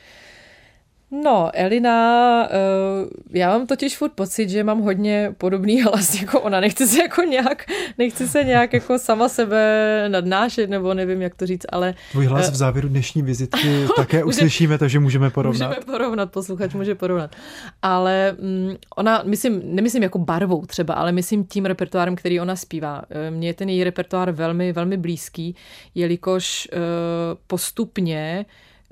No, Elina, já mám totiž furt pocit, že mám hodně podobný hlas jako ona. Nechci se jako nějak, nechci se nějak jako sama sebe nadnášet, nebo nevím, jak to říct, ale... Tvůj hlas v závěru dnešní vizitky také uslyšíme, takže můžeme porovnat. Můžeme porovnat, posluchač může porovnat. Ale ona, myslím, nemyslím jako barvou třeba, ale myslím tím repertoárem, který ona zpívá. Mně je ten její repertoár velmi, velmi blízký, jelikož postupně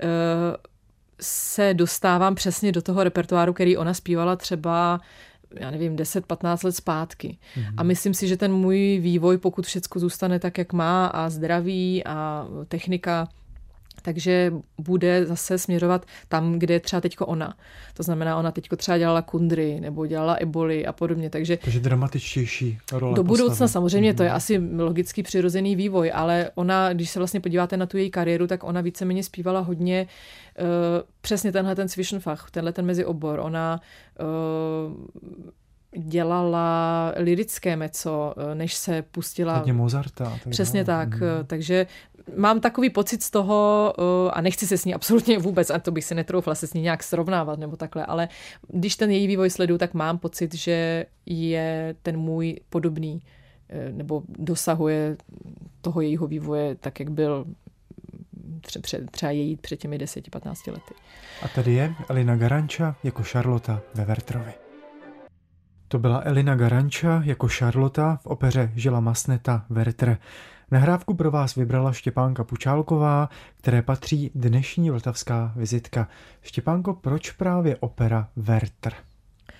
se dostávám přesně do toho repertoáru, který ona zpívala třeba, já nevím, deset patnáct let zpátky. Mm-hmm. A myslím si, že ten můj vývoj, pokud všecko zůstane tak, jak má a zdraví a technika, takže bude zase směřovat tam, kde je třeba teďko ona. To znamená, ona teďko třeba dělala kundry nebo dělala eboli a podobně. Takže, takže dramatičtější role do budoucna postavy. Samozřejmě, mm-hmm. to je asi logický přirozený vývoj, ale ona, když se vlastně podíváte na tu její kariéru, tak ona víceméně zpívala hodně uh, přesně tenhle ten Zwischenfach, tenhle ten meziobor. Ona uh, dělala lirické mezzo, než se pustila... Hodně Mozarta. Přesně tak. Mm. Takže mám takový pocit z toho, a nechci se s ní absolutně vůbec, a to bych se netroufla se s ní nějak srovnávat nebo takhle, ale když ten její vývoj sleduju, tak mám pocit, že je ten můj podobný, nebo dosahuje toho jejího vývoje tak, jak byl třeba její před těmi deseti patnácti lety. A tady je Elina Garanča jako Charlotta ve Wertherovi. To byla Elina Garanča jako Charlotta v opeře Žila Masneta Werther. Nahrávku pro vás vybrala Štěpánka Pučálková, které patří dnešní vltavská vizitka. Štěpánko, proč právě opera Werther?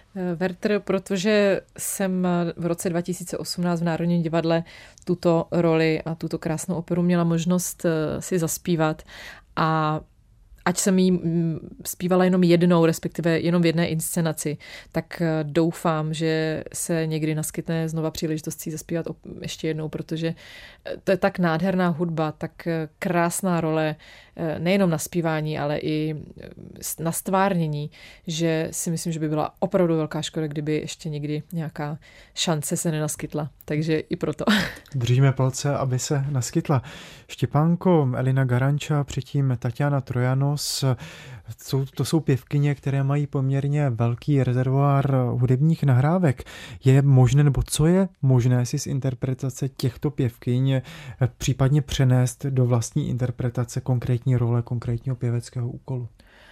Werther, protože jsem v roce dva tisíce osmnáct v Národním divadle tuto roli a tuto krásnou operu měla možnost si zaspívat a ať jsem jí zpívala jenom jednou, respektive jenom v jedné inscenaci, tak doufám, že se někdy naskytne znova příležitost si zaspívat ještě jednou, protože to je tak nádherná hudba, tak krásná role, nejenom na zpívání, ale i na stvárnění, že si myslím, že by byla opravdu velká škoda, kdyby ještě někdy nějaká šance se nenaskytla. Takže i proto. Držíme palce, aby se naskytla. Štěpánko, Elina Garanča, předtím Tatiana Trojanos, jsou, to jsou pěvkyně, které mají poměrně velký rezervoár hudebních nahrávek. Je možné, nebo co je možné si z interpretace těchto pěvkyň případně přenést do vlastní interpretace konkrétní role, konkrétního pěveckého úkolu?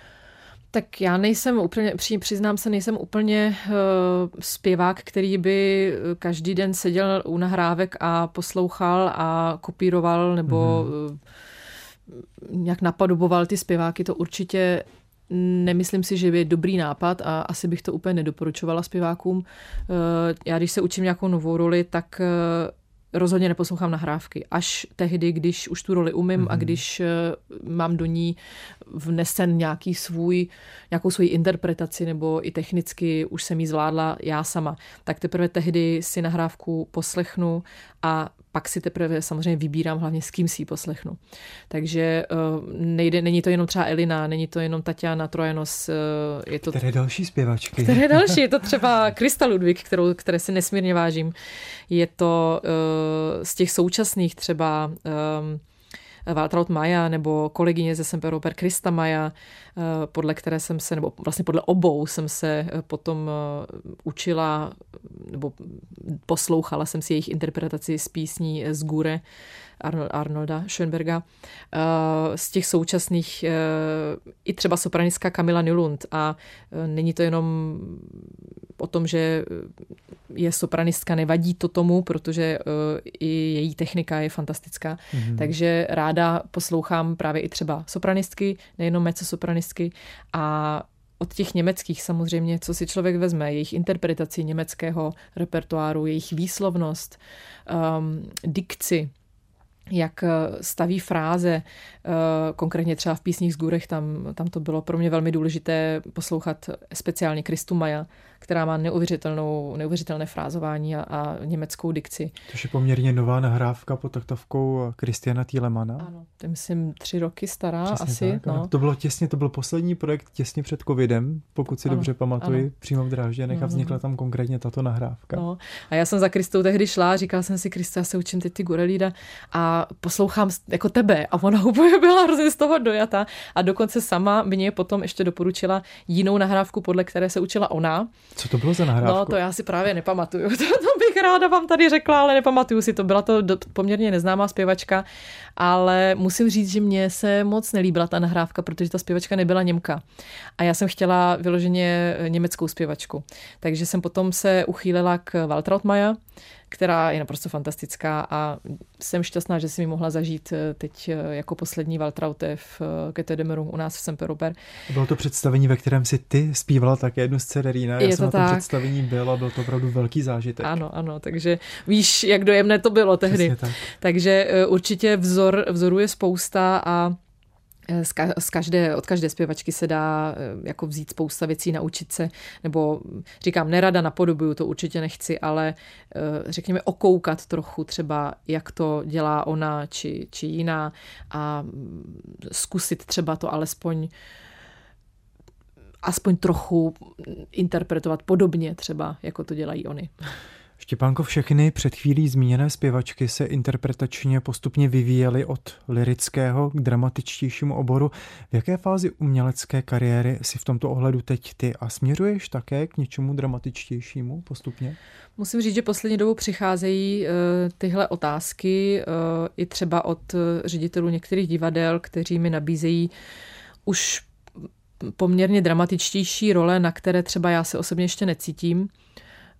Tak já nejsem úplně, přiznám se, nejsem úplně uh, zpěvák, který by každý den seděl u nahrávek a poslouchal a kopíroval nebo mm. uh, nějak napadoboval ty zpěváky. To určitě nemyslím si, že by je dobrý nápad a asi bych to úplně nedoporučovala zpěvákům. Uh, já když se učím nějakou novou roli, tak uh, rozhodně neposlouchám nahrávky. Až tehdy, když už tu roli umím mm-hmm. a když uh, mám do ní vnesen nějaký svůj, nějakou svoji interpretaci nebo i technicky už jsem ji zvládla já sama, tak teprve tehdy si nahrávku poslechnu a pak si teprve samozřejmě vybírám hlavně s kým si ji poslechnu. Takže uh, nejde, není to jenom třeba Elina, není to jenom Tatiana Trojanos. Uh, je to, které další zpěvačky? Které další? Je to třeba Krista Ludwig, kterou, které si nesmírně vážím. Je to uh, z těch současných třeba um, Waltraud Maja nebo kolegyně ze Semperoper Krista Maja, podle které jsem se, nebo vlastně podle obou jsem se potom učila, nebo poslouchala jsem si jejich interpretaci z písní z Gure Arnolda Schönberga. Z těch současných i třeba sopranistka Kamila Nylund. A není to jenom o tom, že je sopranistka, nevadí to tomu, protože i její technika je fantastická. Mm-hmm. Takže ráda poslouchám právě i třeba sopranistky, nejenom mezzosopranistky a od těch německých samozřejmě, co si člověk vezme, jejich interpretaci německého repertoáru, jejich výslovnost, um, dikci, jak staví fráze, konkrétně třeba v písních z Gurech, tam, tam to bylo pro mě velmi důležité poslouchat speciálně Kristu Maja, která má neuvěřitelnou, neuvěřitelné frázování a, a německou dikci. To je poměrně nová nahrávka pod taktovkou Christiana Tielemana. Ano, to je myslím tři roky stará. Přesně asi. Tak, no. To bylo těsně, to byl poslední projekt těsně před covidem, pokud si ano, dobře pamatuji, ano. přímo v Drážďanech a vznikla tam konkrétně tato nahrávka. No. A já jsem za Kristou tehdy šla, říkala jsem si, Krista, já se učím teď ty Gurelída a poslouchám jako tebe a ona úplně byla hrozně z toho dojata a dokonce sama mě potom ještě doporučila jinou nahrávku, podle které se učila ona. Co to bylo za nahrávku? No, to já si právě nepamatuju. To, to bych ráda vám tady řekla, ale nepamatuju si to. Byla to do, poměrně neznámá zpěvačka, ale musím říct, že mně se moc nelíbila ta nahrávka, protože ta zpěvačka nebyla Němka. A já jsem chtěla vyloženě německou zpěvačku. Takže jsem potom se uchýlila k Waltraud Maja, která je naprosto fantastická a jsem šťastná, že jsem ji mohla zažít teď jako poslední Waltraute v Ketedemmerung u nás v Semperoper. Bylo to představení, ve kterém si ty zpívala také jednu z Cederína. Já je jsem na tak. tom představení byl a byl to opravdu velký zážitek. Ano, ano, takže víš, jak dojemné to bylo tehdy. Tak. Takže určitě vzor, vzorů je spousta a Z každé, od každé zpěvačky se dá jako vzít spousta věcí, naučit se, nebo říkám, nerada napodobuju, to určitě nechci, ale řekněme okoukat trochu třeba, jak to dělá ona či, či jiná a zkusit třeba to alespoň aspoň trochu interpretovat podobně třeba, jako to dělají oni. Štěpánko, všechny před chvílí zmíněné zpěvačky se interpretačně postupně vyvíjely od lyrického k dramatičtějšímu oboru. V jaké fázi umělecké kariéry si v tomto ohledu teď ty a směřuješ také k něčemu dramatičtějšímu postupně? Musím říct, že poslední dobou přicházejí uh, tyhle otázky uh, i třeba od ředitelů některých divadel, kteří mi nabízejí už poměrně dramatičtější role, na které třeba já se osobně ještě necítím.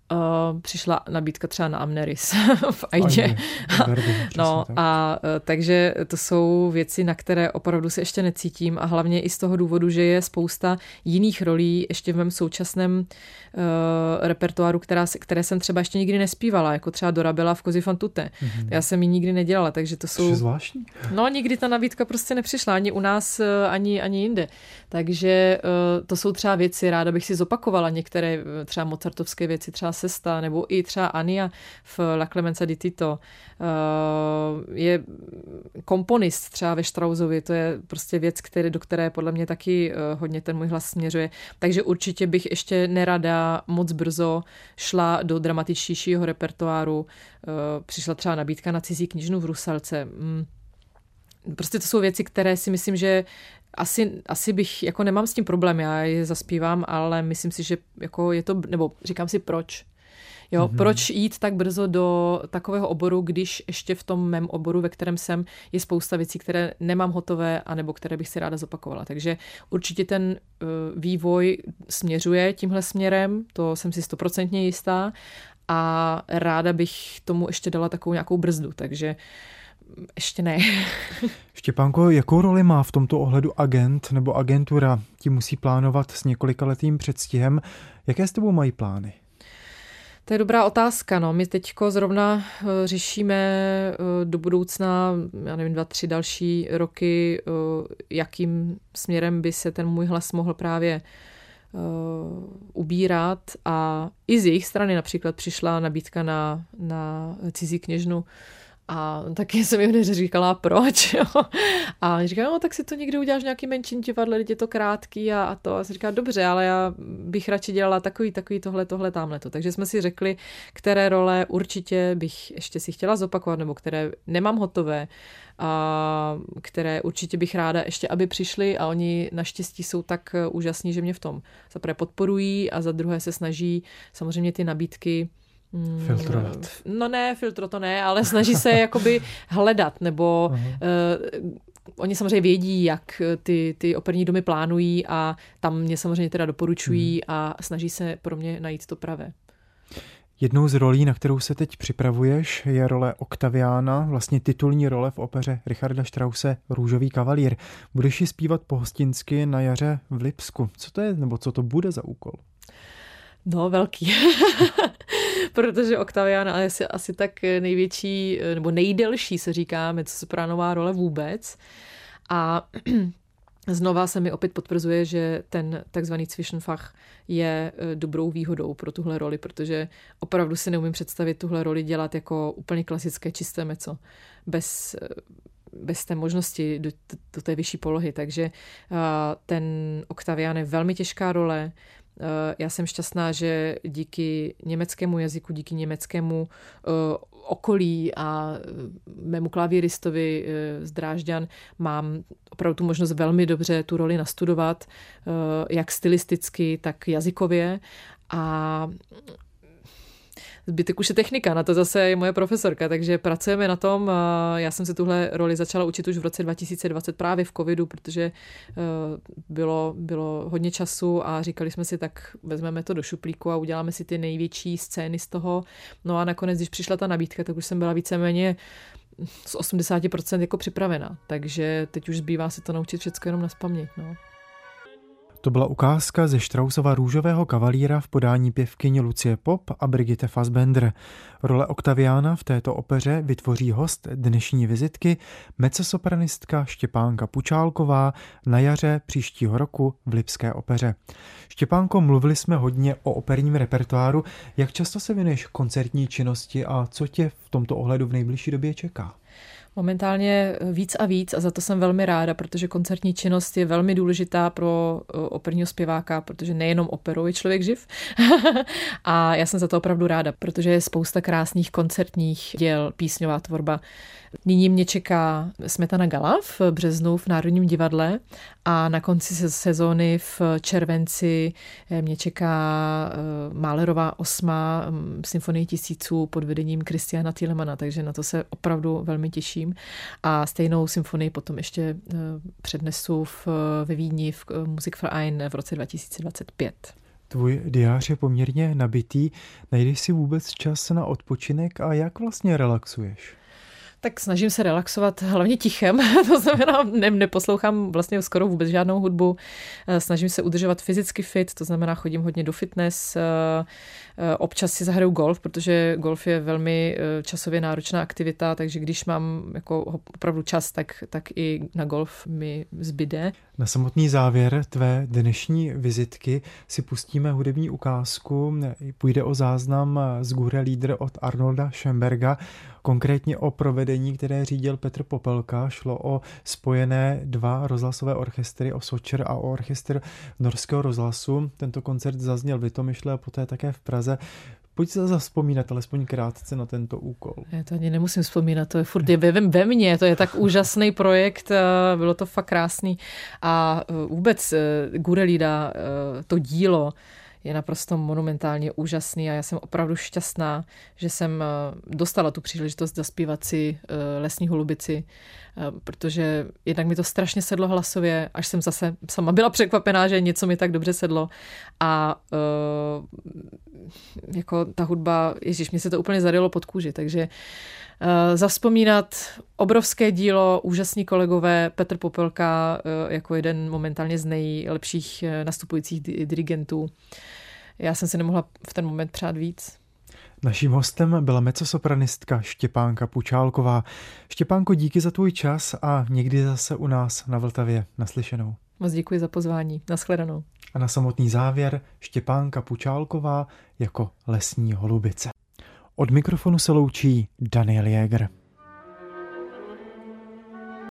Uh, přišla nabídka třeba na Amneris v Aidě. No a uh, takže to jsou věci, na které opravdu se ještě necítím a hlavně i z toho důvodu, že je spousta jiných rolí ještě v mém současném uh, repertoáru, která, které jsem třeba ještě nikdy nespívala, jako třeba Dorabella v Così fan tutte. Mm-hmm. Já jsem ji nikdy nedělala, takže to jsou... To zvláštní. No, nikdy ta nabídka prostě nepřišla, ani u nás, ani, ani jinde. Takže uh, to jsou třeba věci, ráda bych si zopakovala některé třeba mozartovské věci, třeba Sesta, nebo i třeba Ania v La Clemenza di Tito. Je komponist třeba ve Straussovi, to je prostě věc, který, do které podle mě taky hodně ten můj hlas směřuje. Takže určitě bych ještě nerada moc brzo šla do dramatičtějšího repertoáru. Přišla třeba nabídka na Cizí knižnu v Rusalce. Prostě to jsou věci, které si myslím, že Asi, asi bych, jako nemám s tím problém, já je zaspívám, ale myslím si, že jako je to, nebo říkám si proč. Jo, mm-hmm. Proč jít tak brzo do takového oboru, když ještě v tom mém oboru, ve kterém jsem, je spousta věcí, které nemám hotové, anebo které bych si ráda zopakovala. Takže určitě ten uh, vývoj směřuje tímhle směrem, to jsem si stoprocentně jistá a ráda bych tomu ještě dala takovou nějakou brzdu, takže ještě ne. Štěpánko, jakou roli má v tomto ohledu agent nebo agentura? Ti musí plánovat s několikaletým předstihem. Jaké s tebou mají plány? To je dobrá otázka. No. My teďko zrovna řešíme do budoucna, já nevím, dva, tři další roky, jakým směrem by se ten můj hlas mohl právě ubírat. A i z jejich strany například přišla nabídka na, na Cizí kněžnu. A taky jsem jim říkala, proč. Jo. A říkala, no tak si to někdy uděláš nějaký menší divadle, je to krátký a, a to. A jsem říkala, dobře, ale já bych radši dělala takový, takový tohle, tohle, tamhleto. Takže jsme si řekli, které role určitě bych ještě si chtěla zopakovat, nebo které nemám hotové, a které určitě bych ráda ještě, aby přišly a oni naštěstí jsou tak úžasní, že mě v tom za prvé podporují a za druhé se snaží samozřejmě ty nabídky filtrovat. No ne, filtro to ne, ale snaží se jakoby hledat, nebo uh, oni samozřejmě vědí, jak ty, ty operní domy plánují a tam mě samozřejmě teda doporučují hmm. a snaží se pro mě najít to pravé. Jednou z rolí, na kterou se teď připravuješ, je role Octaviana, vlastně titulní role v opeře Richarda Strausse Růžový kavalír. Budeš ji zpívat pohostinsky na jaře v Lipsku. Co to je, nebo co to bude za úkol? No, velký. Protože Octaviana je asi, asi tak největší, nebo nejdelší, se říká, mezzosopránová role vůbec. A znova se mi opět potvrzuje, že ten takzvaný Zwischenfach je dobrou výhodou pro tuhle roli, protože opravdu si neumím představit tuhle roli dělat jako úplně klasické čisté mezzo, bez, bez té možnosti do, do té vyšší polohy. Takže ten Octavian je velmi těžká role. Já jsem šťastná, že díky německému jazyku, díky německému uh, okolí a mému klavíristovi uh, z Drážďan mám opravdu tu možnost velmi dobře tu roli nastudovat, uh, jak stylisticky, tak jazykově. A zbytek už je technika, na to zase je moje profesorka, takže pracujeme na tom. Já jsem se tuhle roli začala učit už v roce dva tisíce dvacet právě v covidu, protože bylo, bylo hodně času a říkali jsme si, tak vezmeme to do šuplíku a uděláme si ty největší scény z toho. No a nakonec, když přišla ta nabídka, tak už jsem byla víceméně z osmdesát procent jako připravena, takže teď už zbývá se to naučit všechno jenom nazpaměť. No. To byla ukázka ze Straussova Růžového kavalíra v podání pěvkyně Lucie Pop a Brigitte Fassbender. Role Octaviana v této opeře vytvoří host dnešní vizitky, mezzosopranistka Štěpánka Pučálková na jaře příštího roku v Lipské opeře. Štěpánko, mluvili jsme hodně o operním repertoáru. Jak často se věnuješ koncertní činnosti a co tě v tomto ohledu v nejbližší době čeká? Momentálně víc a víc a za to jsem velmi ráda, protože koncertní činnost je velmi důležitá pro operního zpěváka, protože nejenom operou je člověk živ. A já jsem za to opravdu ráda, protože je spousta krásných koncertních děl, písňová tvorba. Nyní mě čeká Smetana Gala v březnu v Národním divadle a na konci sezóny v červenci mě čeká Mahlerová osma Symfonie tisíců pod vedením Christiana Thilemana, takže na to se opravdu velmi těším. A stejnou symfonii potom ještě přednesu v, ve Vídni v Musikverein v roce dva tisíce dvacet pět. Tvůj diář je poměrně nabitý. Najdeš si vůbec čas na odpočinek a jak vlastně relaxuješ? Tak snažím se relaxovat hlavně tichem, to znamená, ne, neposlouchám vlastně skoro vůbec žádnou hudbu. Snažím se udržovat fyzicky fit, to znamená, chodím hodně do fitness. Občas si zahraju golf, protože golf je velmi časově náročná aktivita, takže když mám jako opravdu čas, tak, tak i na golf mi zbyde. Na samotný závěr tvé dnešní vizitky si pustíme hudební ukázku. Půjde o záznam z Gure Lieder od Arnolda Schönberga, konkrétně o provedení, které řídil Petr Popelka. Šlo o spojené dva rozhlasové orchestry, o Sočer a o orchestr Norského rozhlasu. Tento koncert zazněl v Litomyšli a poté také v Praze. Pojď se zavzpomínat alespoň krátce na tento úkol. Já to ani nemusím vzpomínat, to je furt ve, ve mně, to je tak úžasný projekt, bylo to fakt krásný. A vůbec Gure Lieder, to dílo, je naprosto monumentálně úžasný a já jsem opravdu šťastná, že jsem dostala tu příležitost zaspívat si Lesní holubici, protože jednak mi to strašně sedlo hlasově, až jsem zase sama byla překvapená, že něco mi tak dobře sedlo a jako ta hudba, ježiš, mě se to úplně zarylo pod kůži, takže zavzpomínat obrovské dílo, úžasní kolegové, Petr Popelka jako jeden momentálně z nejlepších nastupujících dirigentů. Já jsem si nemohla v ten moment přát víc. Naším hostem byla mezzosopranistka Štěpánka Pučálková. Štěpánko, díky za tvůj čas a někdy zase u nás na Vltavě. Naslyšenou. Moc děkuji za pozvání. Nashledanou. A na samotný závěr Štěpánka Pučálková jako Lesní holubice. Od mikrofonu se loučí Daniel Jäger.